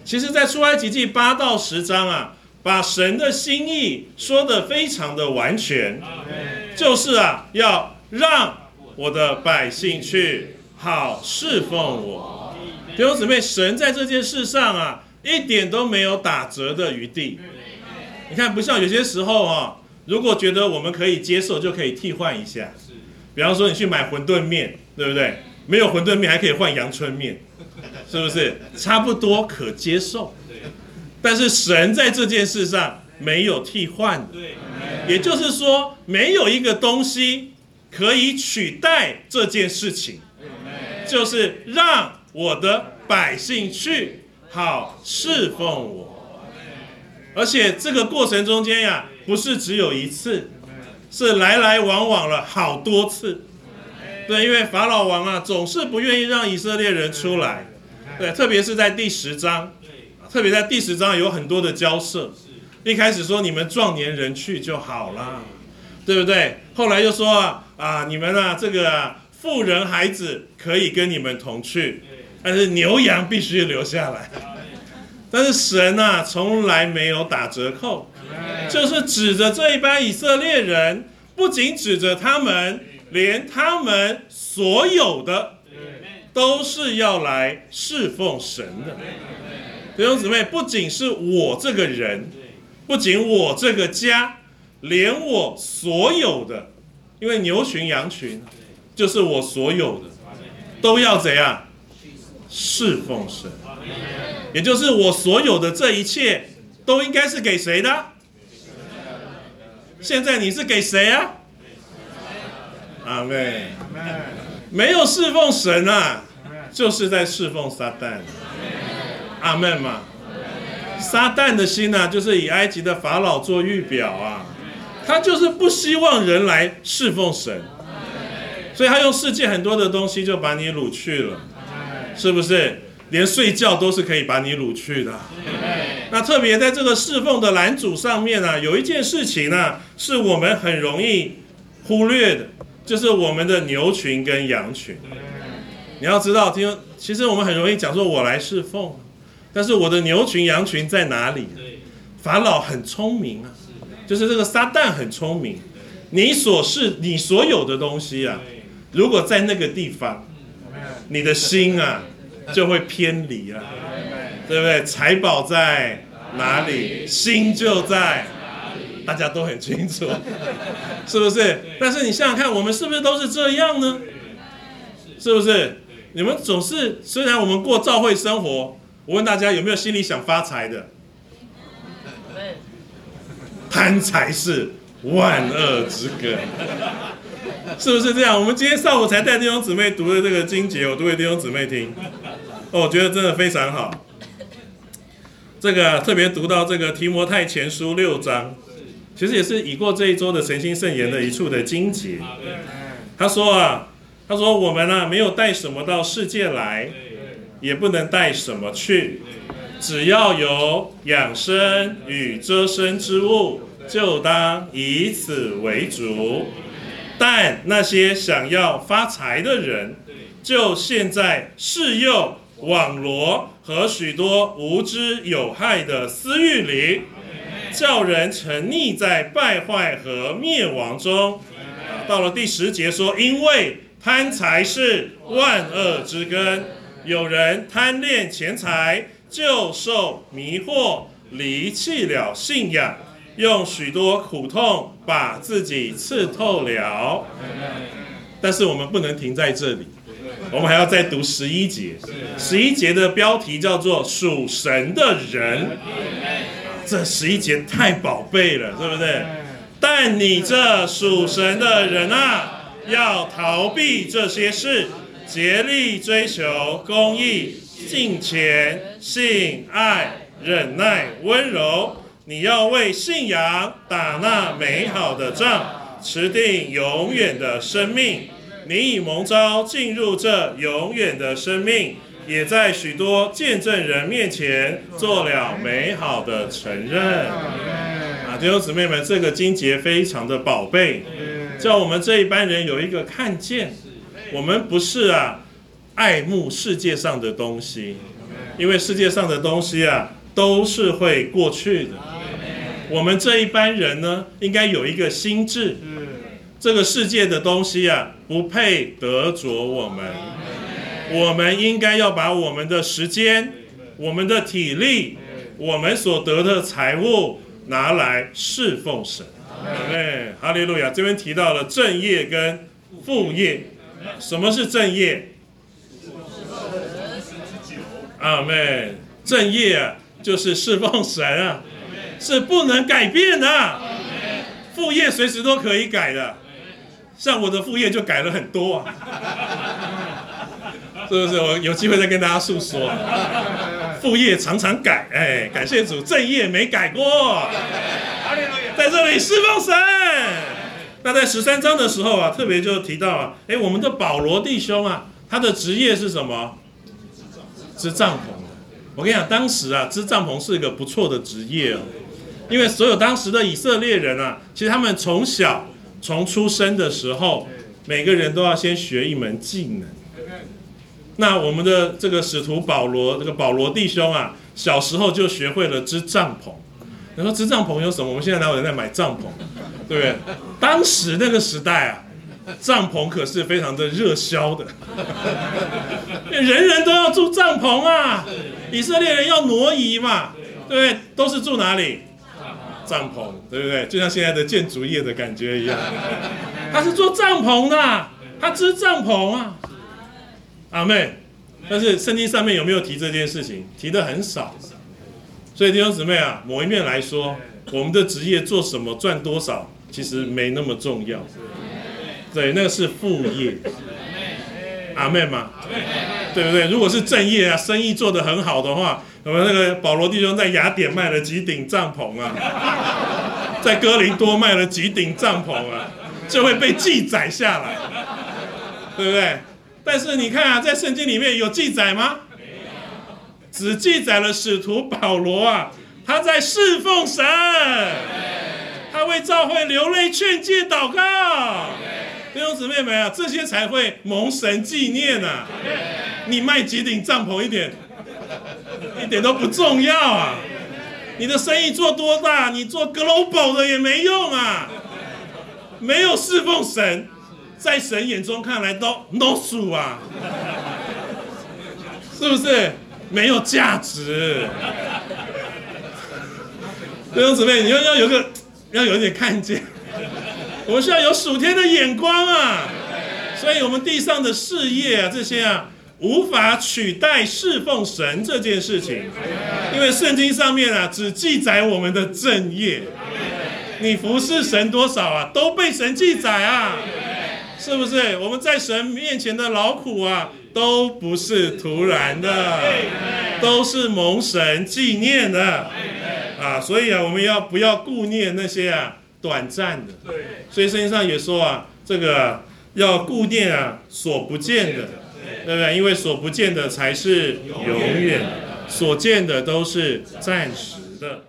其实在出埃及记8到10章啊，把神的心意说得非常的完全，就是啊，要让我的百姓去好侍奉我。弟兄姊妹，神在这件事上啊，一点都没有打折的余地。你看，不像有些时候啊，如果觉得我们可以接受，就可以替换一下。比方说，你去买馄饨面，对不对？没有馄饨面还可以换阳春面，是不是？差不多可接受。但是神在这件事上没有替换的，也就是说，没有一个东西可以取代这件事情，就是让我的百姓去好侍奉我。而且这个过程中间呀，不是只有一次，是来来往往了好多次。对，因为法老王啊，总是不愿意让以色列人出来。对，特别是在第10章，有很多的交涉。一开始说你们壮年人去就好了，对不对？后来又说你们啊，这个妇人孩子可以跟你们同去，但是牛羊必须留下来。但是神啊，从来没有打折扣，就是指着这一班以色列人，不仅指着他们，连他们所有的都是要来侍奉神的。弟兄姊妹，不仅是我这个人，不仅我这个家，连我所有的，因为牛群羊群就是我所有的，都要怎样侍奉神。也就是我所有的这一切都应该是给谁的？现在你是给谁啊？阿们。没有侍奉神啊，就是在侍奉撒旦。阿们嘛。撒旦的心啊，就是以埃及的法老做预表啊，他就是不希望人来侍奉神，所以他用世界很多的东西就把你掳去了，是不是？连睡觉都是可以把你掳去的。那特别在这个侍奉的拦阻上面啊，有一件事情啊，是我们很容易忽略的，就是我们的牛群跟羊群。你要知道，其实我们很容易讲说我来侍奉，但是我的牛群羊群在哪里？法老很聪明啊，就是这个撒旦很聪明。你所有的东西啊，如果在那个地方，你的心啊就会偏离了，对不对？财宝在哪里，心就在哪里，大家都很清楚，是不是？但是你想想看，我们是不是都是这样呢？是不是？你们总是，虽然我们过教会生活，我问大家有没有心里想发财的？贪财是万恶之根，是不是这样？我们今天上午才带弟兄姊妹读的这个经节，我读给弟兄姊妹听。我觉得真的非常好。这个特别读到这个提摩太前书6章，其实也是已过这一周的诚心圣言的一处的经节。他说我们啊，没有带什么到世界来，也不能带什么去，只要有养生与遮身之物，就当以此为主。但那些想要发财的人，就陷在世诱、网罗和许多无知有害的私欲里，叫人沉溺在败坏和灭亡中。到了第10节说，因为贪财是万恶之根，有人贪恋钱财，就受迷惑，离弃了信仰，用许多苦痛把自己刺透了。但是我们不能停在这里，我们还要再读11节。11节的标题叫做属神的人。这11节太宝贝了，对不对？但你这属神的人啊，要逃避这些事，竭力追求公义、敬虔、信、爱、忍耐、温柔。你要为信仰打那美好的仗，持定永远的生命。你已蒙召进入这永远的生命，也在许多见证人面前做了美好的承认。弟兄姊妹们，这个经节非常的宝贝，叫我们这一班人有一个看见，我们不是爱慕世界上的东西， 因为世界上的东西啊都是会过去的。我们这一般人呢，应该有一个心智，这个世界的东西啊不配得着我们，我们应该要把我们的时间、我们的体力、我们所得的财物拿来侍奉神。对，哈利路亚！这边提到了正业跟副业。什么是正业？阿们。正业啊，就是侍奉神啊，是不能改变的。副业随时都可以改的，像我的副业就改了很多啊，是不是？我有机会再跟大家诉说。副业常常改，感谢主，正业没改过，在这里侍奉神。那在13章的时候啊，特别就提到啊，我们的保罗弟兄啊，他的职业是什么？织帐篷的。我跟你讲，当时啊，织帐篷是一个不错的职业哦，因为所有当时的以色列人啊，其实他们从出生的时候，每个人都要先学一门技能。那我们的这个使徒保罗，这个保罗弟兄啊，小时候就学会了织帐篷。你说织帐篷有什么？我们现在哪有人在买帐篷，对不对？当时那个时代啊，帐篷可是非常的热销的，人人都要住帐篷啊。以色列人要挪移嘛，对不对？都是住哪里？帐篷，对不对？就像现在的建筑业的感觉一样，他是做帐篷的，他织帐篷啊。阿们。但是圣经上面有没有提这件事情？提的很少。所以弟兄姊妹啊，某一面来说，我们的职业做什么赚多少，其实没那么重要。对，那个是副业。阿们吗？对不对？如果是正业啊，生意做得很好的话，我们那个保罗弟兄在雅典卖了几顶帐篷啊，在哥林多卖了几顶帐篷啊，就会被记载下来，对不对？但是你看啊，在圣经里面有记载吗？只记载了使徒保罗啊，他在侍奉神，他为教会流泪劝诫祷告。弟兄姊妹们啊，这些才会蒙神纪念啊。你卖几顶帐篷一点都不重要啊。你的生意做多大，你做 global 的也没用啊。没有侍奉神，在神眼中看来都 no 数啊，是不是？没有价值。弟兄姊妹，你要有一点看见，我们需要有属天的眼光啊。所以我们地上的事业啊，这些啊，无法取代侍奉神这件事情，因为圣经上面啊，只记载我们的正业。你服侍神多少啊，都被神记载啊，是不是？我们在神面前的劳苦啊，都不是突然的，都是蒙神纪念的啊。所以啊，我们不要顾念那些啊短暂的。所以圣经上也说啊，这个要顾念啊所不见的，对不对？因为所不见的才是永远，所见的都是暂时的。